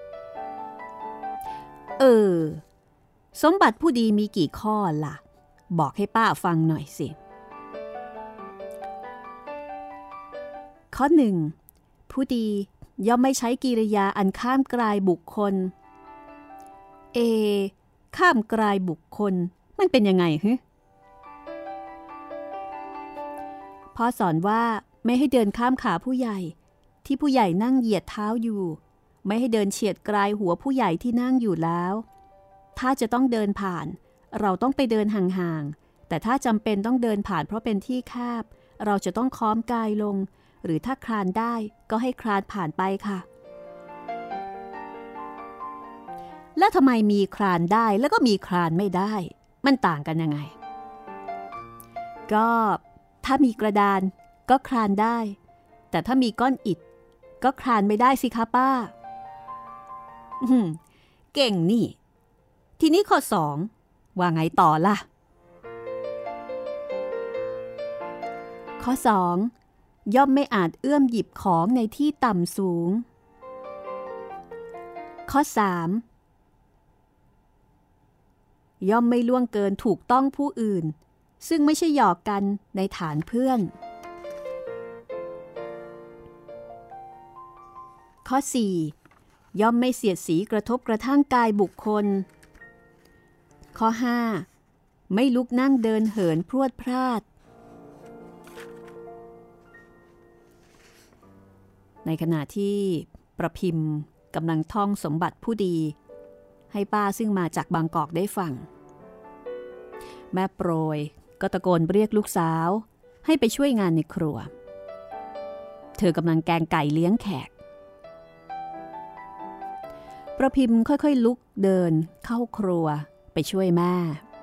สมบัติผู้ดีมีกี่ข้อล่ะบอกให้ป้าฟังหน่อยสิข้อ 1ผู้ดีย่อมไม่ใช้กิริยาอันข้ามกลายบุคคลข้ามกลายบุคคลมันเป็นยังไงฮึพ่อสอนว่าไม่ให้เดินข้ามขาผู้ใหญ่ที่ผู้ใหญ่นั่งเหยียดเท้าอยู่ไม่ให้เดินเฉียดกลายหัวผู้ใหญ่ที่นั่งอยู่แล้วถ้าจะต้องเดินผ่านเราต้องไปเดินห่างๆแต่ถ้าจำเป็นต้องเดินผ่านเพราะเป็นที่แคบเราจะต้องค้อมกายลงหรือถ้าคลานได้ก็ให้คลานผ่านไปค่ะแล้วทำไมมีคลานได้แล้วก็มีคลานไม่ได้มันต่างกันยังไงก็ถ้ามีกระดานก็คลานได้แต่ถ้ามีก้อนอิฐก็คลานไม่ได้สิคะป้าเก่งนี่ทีนี้ข้อ 2ว่าไงต่อล่ะข้อ 2ย่อมไม่อาจเอื้อมหยิบของในที่ต่ำสูงข้อ 3ย่อมไม่ล่วงเกินถูกต้องผู้อื่นซึ่งไม่ใช่หยอกกันในฐานเพื่อนข้อ 4ย่อมไม่เสียดสีกระทบกระทั่งกายบุคคลข้อ 5ไม่ลุกนั่งเดินเหินพรวดพราดในขณะที่ประพิมพ์กำลังท่องสมบัติผู้ดีให้ป้าซึ่งมาจากบางกอกได้ฟังแม่โปรยก็ตะโกนเรียกลูกสาวให้ไปช่วยงานในครัวเธอกำลังแกงไก่เลี้ยงแขกประพิมพ์ค่อยๆลุกเดินเข้าครัวไปช่วยแม่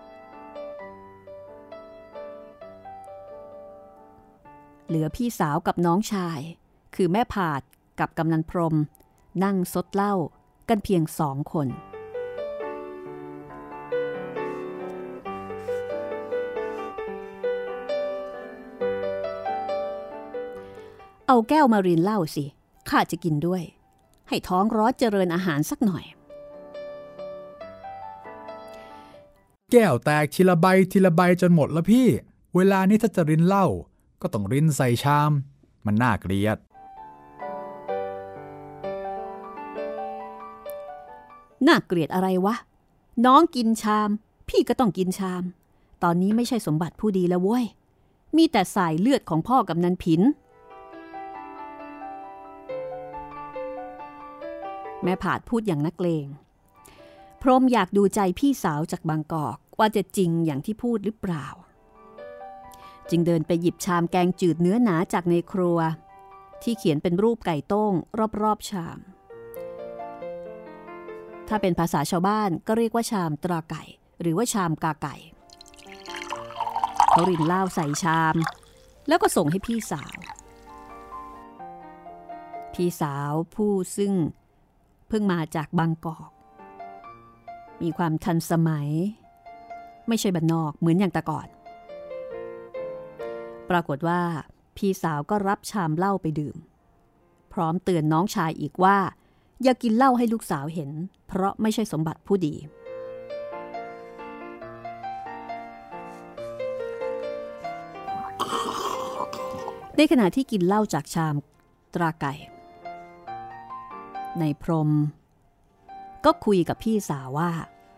เหลือพี่สาวกับน้องชายคือแม่ผาดกับกำนันพรหมนั่งซดเหล้ากันเพียง2 คนเอาแก้วมารินเหล้าสิข้าจะกินด้วยให้ท้องร้อนเจริญอาหารสักหน่อย
แก้วแตกทีละใบทีละใบจนหมดแล้วพี่เวลานี้ถ้าจะรินเหล้าก็ต้องรินใส่ชามมันน่าเกลียด
น่าเกลียดอะไรวะน้องกินชามพี่ก็ต้องกินชามตอนนี้ไม่ใช่สมบัติผู้ดีแล้วเว้ยมีแต่สายเลือดของพ่อกำนันผินแม่ผาดพูดอย่างนักเลงพรหมอยากดูใจพี่สาวจากบางกอกว่าจะจริงอย่างที่พูดหรือเปล่าจึงเดินไปหยิบชามแกงจืดเนื้อหนาจากในครัวที่เขียนเป็นรูปไก่โต้งรอบๆชามถ้าเป็นภาษาชาวบ้านก็เรียกว่าชามตราไก่หรือว่าชามกาไก่เขารินเหล้าใส่ชามแล้วก็ส่งให้พี่สาวผู้ซึ่งเพิ่งมาจากบางกอกมีความทันสมัยไม่ใช่บ้านนอกเหมือนอย่างแต่ก่อนปรากฏว่าพี่สาวก็รับชามเหล้าไปดื่มพร้อมเตือนน้องชายอีกว่าอย่ากินเหล้าให้ลูกสาวเห็นเพราะไม่ใช่สมบัติผู้ดีในขณะที่กินเหล้าจากชามตราไก่ในพรหมก็คุยกับพี่สาวว่า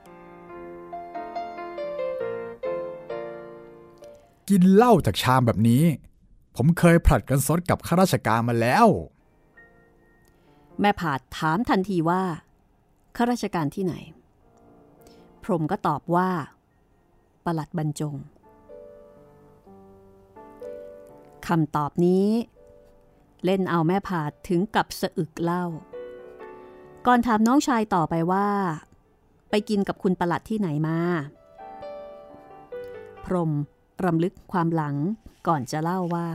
กินเหล้าจากชามแบบนี้ผมเคยผลัดกันซดกับข้าราชการมาแล้ว
แม่ผาดถามทันทีว่าข้าราชการที่ไหนพรหมก็ตอบว่าปลัดบรรจงคำตอบนี้เล่นเอาแม่ผาดถึงกับสะอึกเหล้าก่อนถามน้องชายต่อไปว่าไปกินกับคุณปลัดที่ไหนมาพรหมรำลึกความหลังก่อนจะเล่าว่า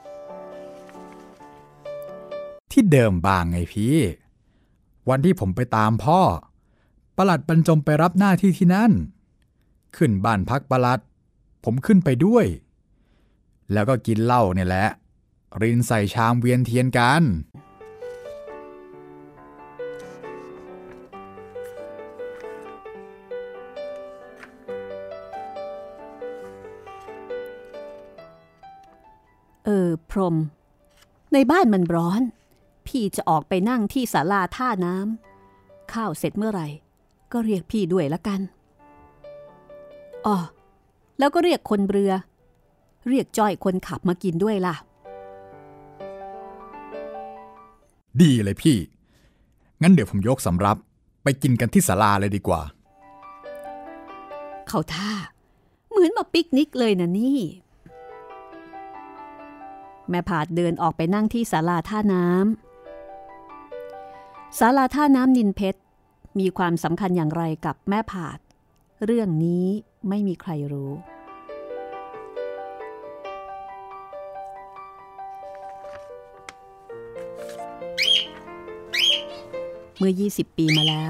ที่เดิมบางไงพี่วันที่ผมไปตามพ่อปลัดบรรจงไปรับหน้าที่ที่นั่นขึ้นบ้านพักปลัดผมขึ้นไปด้วยแล้วก็กินเหล้าเนี่ยแหละรินใส่ชามเวียนเทียนกัน
พรหมในบ้านมันร้อนพี่จะออกไปนั่งที่ศาลาท่าน้ำข้าวเสร็จเมื่อไหร่ก็เรียกพี่ด้วยละกันอ๋อแล้วก็เรียกคนเรือเรียกจ้อยคนขับมากินด้วยล่ะ
ดีเลยพี่งั้นเดี๋ยวผมยกสำรับไปกินกันที่ศาลาเลยดีกว่า
เขาท่าเหมือนมาปิกนิกเลยนะนี่แม่ผาดเดินออกไปนั่งที่ศาลาท่าน้ำศาลาท่าน้ำนินเพชรมีความสำคัญอย่างไรกับแม่ผาดเรื่องนี้ไม่มีใครรู้เมื่อ20 ปีมาแล้ว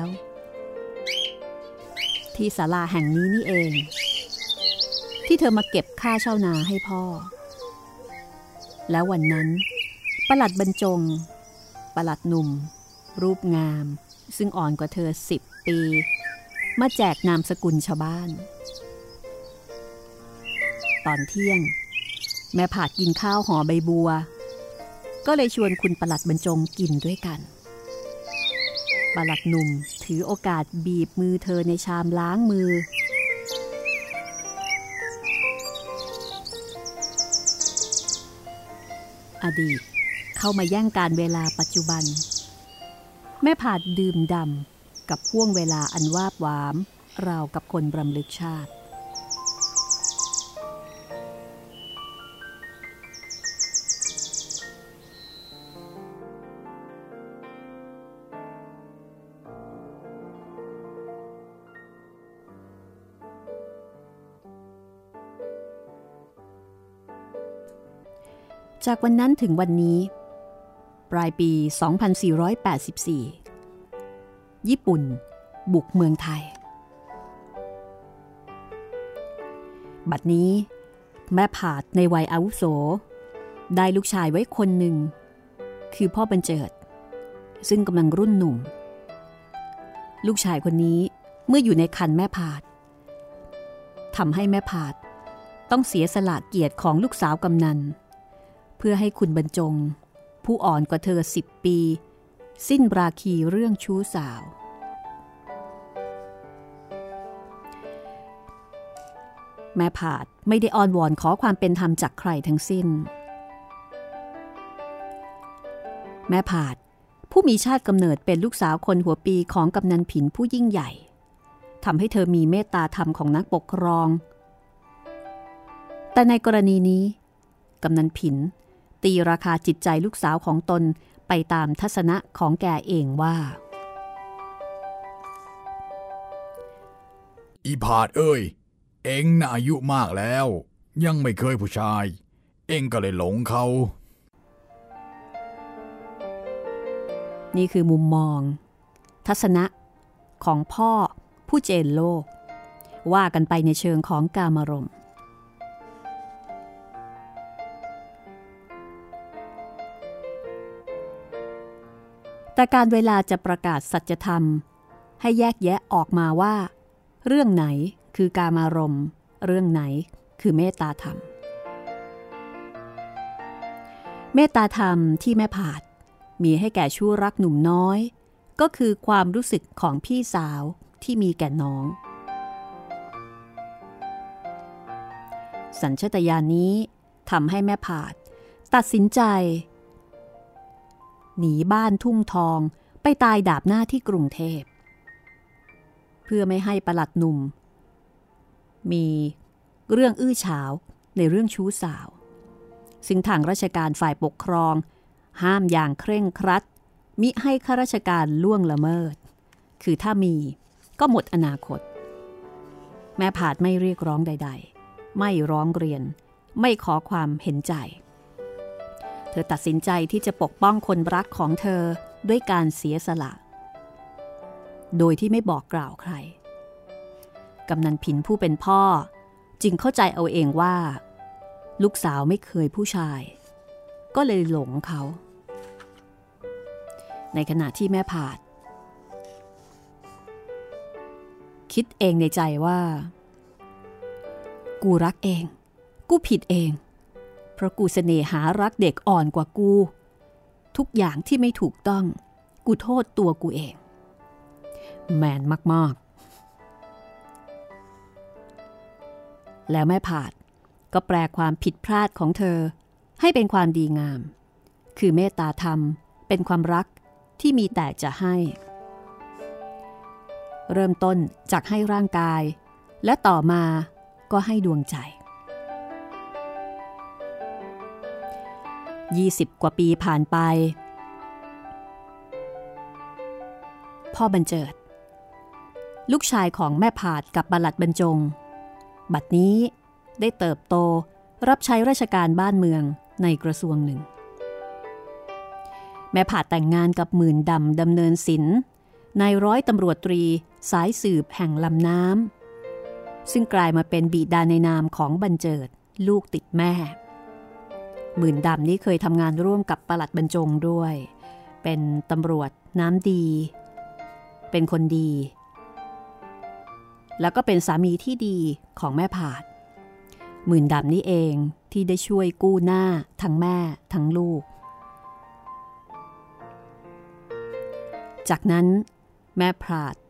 ที่ศาลาแห่งนี้นี่เองที่เธอมาเก็บค่าเช่านาให้พ่อแล้ววันนั้นปลัดบรรจงปลัดหนุ่มรูปงามซึ่งอ่อนกว่าเธอ10 ปีมาแจกนามสกุลชาวบ้านตอนเที่ยงแม่ผาดกินข้าวห่อใบบัวก็เลยชวนคุณปลัดบรรจงกินด้วยกันปลัดหนุ่มถือโอกาสบีบมือเธอในชามล้างมืออดีตเข้ามาแย่งการเวลาปัจจุบันแม่ผาดดื่มด่ำกับห่วงเวลาอันวาบหวามราวกับคนรำลึกชาติจากวันนั้นถึงวันนี้ปลายปี 2484 ญี่ปุ่นบุกเมืองไทยบัดนี้แม่ผาดในวัยอาวุโสได้ลูกชายไว้คนหนึ่งคือพ่อบรรเจิดซึ่งกำลังรุ่นหนุ่มลูกชายคนนี้เมื่ออยู่ในครรภ์แม่ผาดทำให้แม่ผาดต้องเสียสละเกียรติของลูกสาวกำนันเพื่อให้คุณบรรจงผู้อ่อนกว่าเธอ10 ปีสิ้นราคีเรื่องชู้สาวแม่ผาดไม่ได้อ้อนวอนขอความเป็นธรรมจากใครทั้งสิ้นแม่ผาดผู้มีชาติกำเนิดเป็นลูกสาวคนหัวปีของกำนันผินผู้ยิ่งใหญ่ทำให้เธอมีเมตตาธรรมของนักปกครองแต่ในกรณีนี้กำนันผินตีราคาจิตใจลูกสาวของตนไปตามทัศนะของแกเองว่า
อีผาดเอ้ยเอ็งน่ะอายุมากแล้วยังไม่เคยผู้ชายเอ็งก็เลยหลงเขา
นี่คือมุมมองทัศนะของพ่อผู้เจนโลกว่ากันไปในเชิงของกามารมณ์แต่การเวลาจะประกาศสัจธรรมให้แยกแยะออกมาว่าเรื่องไหนคือกามารมณ์เรื่องไหนคือเมตตาธรรมเมตตาธรรมที่แม่ผาดมีให้แก่ชู้รักหนุ่มน้อยก็คือความรู้สึกของพี่สาวที่มีแก่น้องสัญชาตญาณนี้ทำให้แม่ผาดตัดสินใจหนีบ้านทุ่งทองไปตายดาบหน้าที่กรุงเทพเพื่อไม่ให้ปลัดหนุ่มมีเรื่องอื้อฉาวในเรื่องชู้สาวซึ่งทางราชการฝ่ายปกครองห้ามอย่างเคร่งครัดมิให้ข้าราชการล่วงละเมิดคือถ้ามีก็หมดอนาคตแม่ผาดไม่เรียกร้องใดๆไม่ร้องเรียนไม่ขอความเห็นใจเธอตัดสินใจที่จะปกป้องคนรักของเธอด้วยการเสียสละโดยที่ไม่บอกกล่าวใครกำนันผินผู้เป็นพ่อจึงเข้าใจเอาเองว่าลูกสาวไม่เคยผู้ชายก็เลยหลงเขาในขณะที่แม่ผาดคิดเองในใจว่ากูรักเองกูผิดเองเพราะกูเสน่หารักเด็กอ่อนกว่ากูทุกอย่างที่ไม่ถูกต้องกูโทษตัวกูเองแมนมากๆแล้วแม่ผาดก็แปลความผิดพลาดของเธอให้เป็นความดีงามคือเมตตาธรรมเป็นความรักที่มีแต่จะให้เริ่มต้นจากให้ร่างกายและต่อมาก็ให้ดวงใจ20 กว่าปีผ่านไปพ่อบรรเจิดลูกชายของแม่ผาดกับบัลลัดบรรจงบัดนี้ได้เติบโตรับใช้ราชการบ้านเมืองในกระทรวงหนึ่งแม่ผาดแต่งงานกับหมื่นดำดำเนินศิลป์นายร้อยตำรวจตรีสายสืบแห่งลำน้ำซึ่งกลายมาเป็นบิดาในนามของบรรเจิดลูกติดแม่หมื่นดำนี้เคยทำงานร่วมกับปลัดบรรจงด้วยเป็นตำรวจน้ำดีเป็นคนดีแล้วก็เป็นสามีที่ดีของแม่ผาดหมื่นดำนี้เองที่ได้ช่วยกู้หน้าทั้งแม่ทั้งลูกจากนั้นแม่ผาด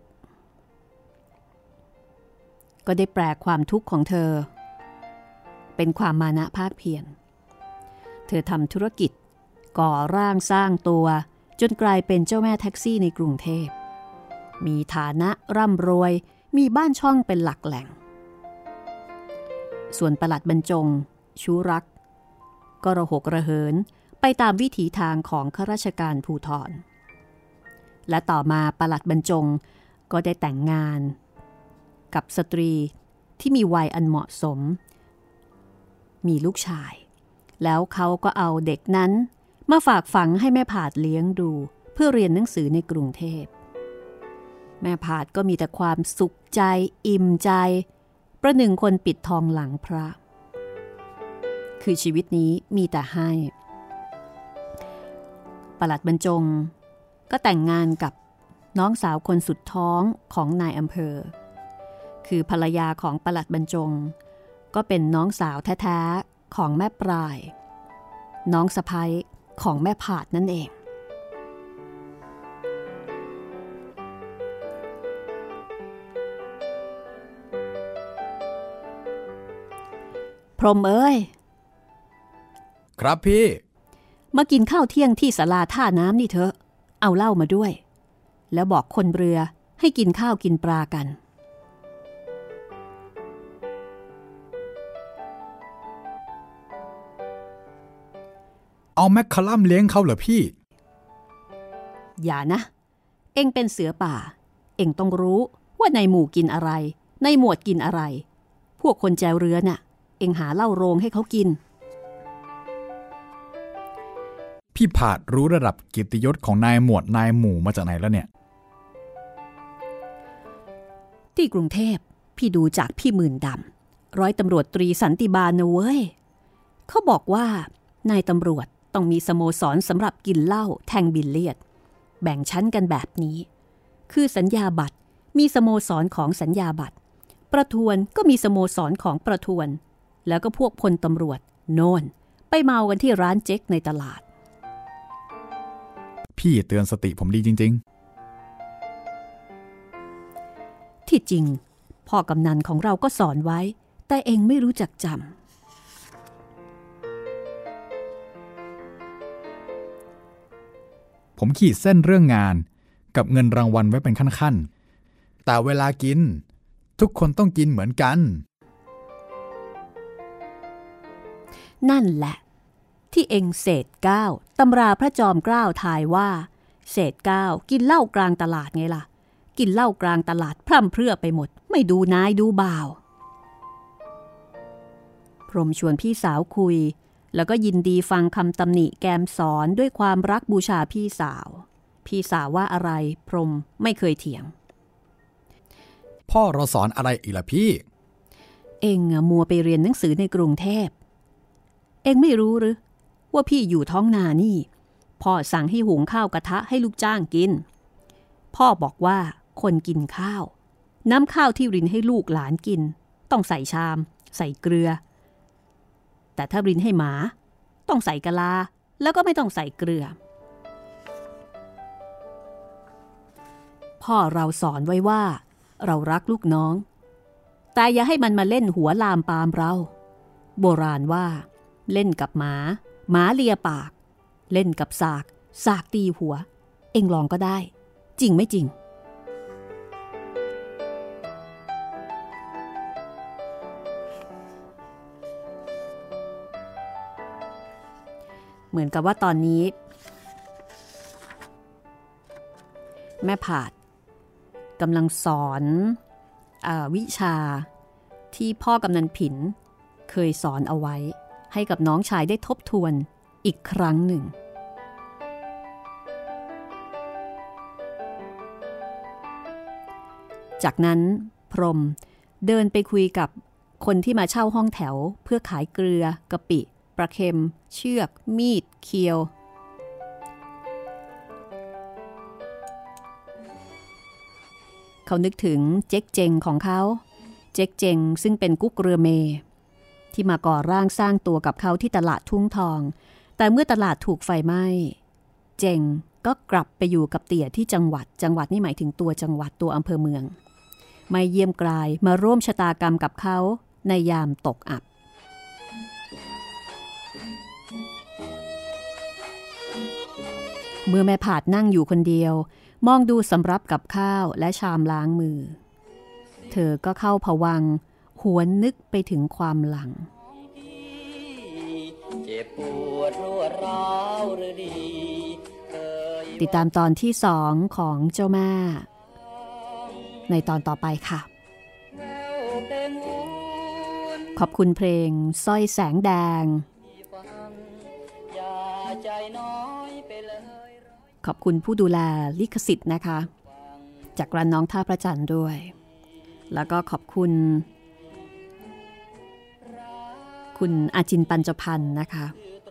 ก็ได้แปลความทุกข์ของเธอเป็นความมานะภาคเพียรเธอทำธุรกิจก่อร่างสร้างตัวจนกลายเป็นเจ้าแม่แท็กซี่ในกรุงเทพมีฐานะร่ำรวยมีบ้านช่องเป็นหลักแหล่งส่วนปลัดบรรจงชู้รักก็ระหกระเหินไปตามวิถีทางของข้าราชการภูธรและต่อมาปลัดบรรจงก็ได้แต่งงานกับสตรีที่มีวัยอันเหมาะสมมีลูกชายแล้วเขาก็เอาเด็กนั้นมาฝากฝังให้แม่ผาดเลี้ยงดูเพื่อเรียนหนังสือในกรุงเทพแม่ผาดก็มีแต่ความสุขใจอิ่มใจประหนึ่งคนปิดทองหลังพระคือชีวิตนี้มีแต่ให้ปลัดบรรจงก็แต่งงานกับน้องสาวคนสุดท้องของนายอำเภอคือภรรยาของปลัดบรรจงก็เป็นน้องสาวแท้ๆของแม่ปลายน้องสะใภ้ของแม่ผาดนั่นเองพรหมเอ้ย
ครับพี่
มากินข้าวเที่ยงที่ศาลาท่าน้ำนี่เถอะเอาเหล้ามาด้วยแล้วบอกคนเรือให้กินข้าวกินปลากัน
เอาแมคคาลัมเลี้ยงเขาเหรอพี่
อย่านะเอ็งเป็นเสือป่าเอ็งต้องรู้ว่าในหมู่กินอะไรในหมวดกินอะไรพวกคนแจวเรือน่ะเอ็งหาเหล้าโรงให้เขากิน
พี่ผาดรู้ระดับเกียรติยศของนายหมวดนายหมู่มาจากไหนแล้วเนี่ย
ที่กรุงเทพพี่ดูจากพี่หมื่นดำร้อยตำรวจตรีสันติบาลนะเว้ยเขาบอกว่านายตำรวจต้องมีสโมสรสำหรับกินเหล้าแทงบิลเลียดแบ่งชั้นกันแบบนี้คือสัญญาบัตรมีสโมสรของสัญญาบัตรประทวนก็มีสโมสรของประทวนแล้วก็พวกพลตำรวจโน่นไปเมากันที่ร้านเจ๊กในตลาด
พี่เตือนสติผมดีจริง
ๆที่จริงพ่อกำนันของเราก็สอนไว้แต่เองไม่รู้จักจ
ำผมขีดเส้นเรื่องงานกับเงินรางวัลไว้เป็นขั้นๆแต่เวลากินทุกคนต้องกินเหมือนกัน
นั่นแหละที่เองเศษเก้าตำราพระจอมเกล้าทายว่าเศษเก้ากินเหล้ากลางตลาดไงล่ะกินเหล้ากลางตลาดพร่ำเพรื่อไปหมดไม่ดูนายดูบ่าวพรหมชวนพี่สาวคุยแล้วก็ยินดีฟังคำตำหนิแกมสอนด้วยความรักบูชาพี่สาวว่าอะไรพรหมไม่เคยเถียง
พ่อเราสอนอะไรอีกล่ะพี่
เอ็งมัวไปเรียนหนังสือในกรุงเทพเอ็งไม่รู้หรือว่าพี่อยู่ท้องนานี่พ่อสั่งให้หุงข้าวกระทะให้ลูกจ้างกินพ่อบอกว่าคนกินข้าวน้ำข้าวที่รินให้ลูกหลานกินต้องใส่ชามใส่เกลือแต่ถ้ารินให้หมาต้องใส่กะลาแล้วก็ไม่ต้องใส่เกลือพ่อเราสอนไว้ว่าเรารักลูกน้องแต่อย่าให้มันมาเล่นหัวลามปามเราโบราณว่าเล่นกับหมาหมาเลียปากเล่นกับสากตีหัวเอ็งลองก็ได้จริงไม่จริงเหมือนกับว่าตอนนี้แม่ผาดกำลังสอนวิชาที่พ่อกำนันผินเคยสอนเอาไว้ให้กับน้องชายได้ทบทวนอีกครั้งหนึ่งจากนั้นพรหมเดินไปคุยกับคนที่มาเช่าห้องแถวเพื่อขายเกลือกะปิปลาเค็มเชือกมีดเคียวเขานึกถึงเจ๊กเจงของเขาเจ๊กเจงซึ่งเป็นกุ๊กเรือเมที่มาก่อร่างสร้างตัวกับเขาที่ตลาดทุ่งทองแต่เมื่อตลาดถูกไฟไหม้เจงก็กลับไปอยู่กับเตี่ยที่จังหวัดนี่หมายถึงตัวจังหวัดตัวอำเภอเมืองไม่เยี่ยมกลายมาร่วมชะตากรรมกับเขาในยามตกอับเมื่อแม่ผาดนั่งอยู่คนเดียวมองดูสำรับกับข้าวและชามล้างมือเธอก็เข้าภวังค์หวนนึกไปถึงความหลังติดตามตอนที่2ของเจ้าแม่ในตอนต่อไปค่ะขอบคุณเพลงสร้อยแสงแดงขอบคุณผู้ดูแลลิขสิทธิ์นะคะจากร้านน้องท่าพระจันทร์ด้วยแล้วก็ขอบคุณคุณอาจินปัญจพันธ์นะคะ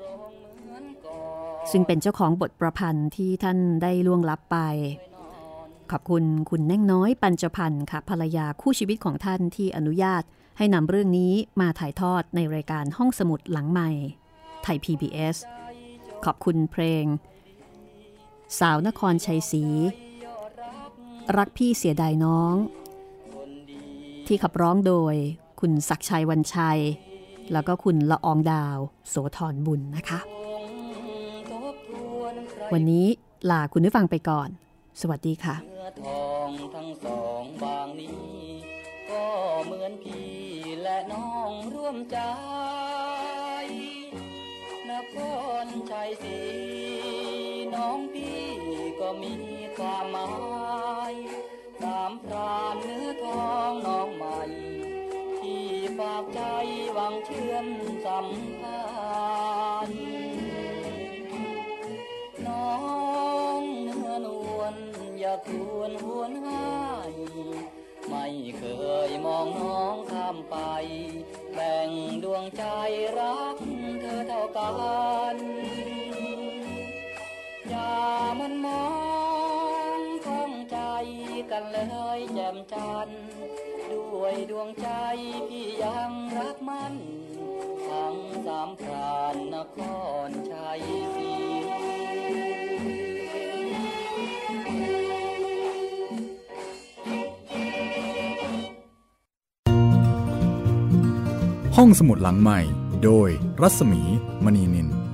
ซึ่งเป็นเจ้าของบทประพันธ์ที่ท่านได้ล่วงลับไปขอบคุณคุณแน่งน้อยปัญจพันธ์ค่ะภรรยาคู่ชีวิตของท่านที่อนุญาตให้นำเรื่องนี้มาถ่ายทอดในรายการห้องสมุดหลังใหม่ไทย PBS ขอบคุณเพลงสาวนครชัยศรีรักพี่เสียดายน้องที่ขับร้องโดยคุณศักดิ์ชัยวันชัยแล้วก็คุณละอองดาวโสธรบุญนะคะวันนี้ลาคุณผู้ฟังไปก่อนสวัสดีค่ะ
ทองทั้งสองบางนี้ก็เหมือนพี่และน้องร่วมใจนครชัยศรีน้องพี่ก็มีความหมายสามพรานเนื้อทองน้องใหม่ที่ฝากใจหวังเชื่อมสัมพันธ์น้องเนื้อนวลอย่าควรหวนหายไม่เคยมองน้องข้ามไปแบ่งดวงใจรักเธอเท่ากันอย่ามันมองข้องใจกันเลยแจ่มจันทร์ด้วยดวงใจพี่ยังรักมันทั้งสามพรานนครชัยศรี
ห้องสมุดหลังใหม่โดยรัศมีมณีนิน